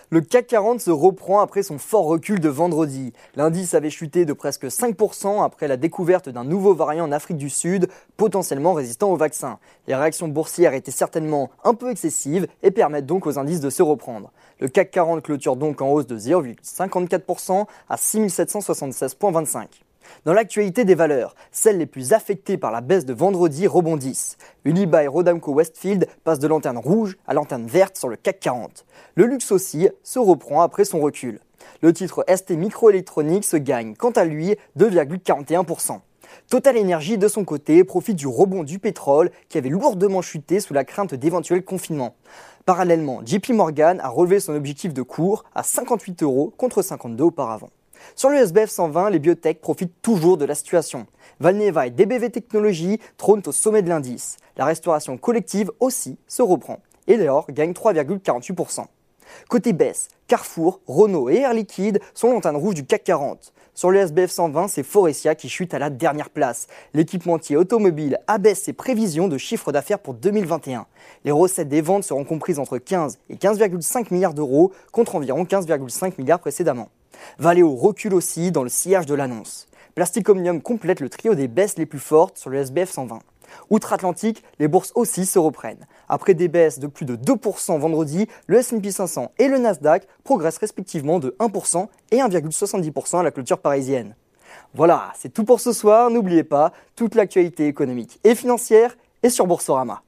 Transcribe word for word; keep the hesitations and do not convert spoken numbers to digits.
Le C A C quarante se reprend après son fort recul de vendredi. L'indice avait chuté de presque cinq pour cent après la découverte d'un nouveau variant en Afrique du Sud, potentiellement résistant au vaccin. Les réactions boursières étaient certainement un peu excessives et permettent donc aux indices de se reprendre. Le C A C quarante clôture donc en hausse de zéro virgule cinquante-quatre pour cent à six mille sept cent soixante-seize virgule vingt-cinq. Dans l'actualité des valeurs, celles les plus affectées par la baisse de vendredi rebondissent. Unibail et Rodamco Westfield passent de lanterne rouge à lanterne verte sur le C A C quarante. Le luxe aussi se reprend après son recul. Le titre S T Microelectronics gagne quant à lui deux virgule quarante et un pour cent. Total Energy de son côté profite du rebond du pétrole qui avait lourdement chuté sous la crainte d'éventuels confinements. Parallèlement, J P Morgan a relevé son objectif de cours à cinquante-huit euros contre cinquante-deux auparavant. Sur le S B F cent vingt, les biotech profitent toujours de la situation. Valneva et D B V Technologies trônent au sommet de l'indice. La restauration collective aussi se reprend et L'Or gagne trois virgule quarante-huit pour cent. Côté baisse, Carrefour, Renault et Air Liquide sont lanterne rouge du C A C quarante. Sur le S B F cent vingt, c'est Forestia qui chute à la dernière place. L'équipementier automobile abaisse ses prévisions de chiffre d'affaires pour deux mille vingt et un. Les recettes des ventes seront comprises entre quinze et quinze virgule cinq milliards d'euros contre environ quinze virgule cinq milliards précédemment. Valeo recule aussi dans le sillage de l'annonce. Plastic Omnium complète le trio des baisses les plus fortes sur le S B F cent vingt. Outre-Atlantique, les bourses aussi se reprennent. Après des baisses de plus de deux pour cent vendredi, le S and P cinq cents et le Nasdaq progressent respectivement de un pour cent et un virgule soixante-dix pour cent à la clôture parisienne. Voilà, c'est tout pour ce soir. N'oubliez pas, toute l'actualité économique et financière est sur Boursorama.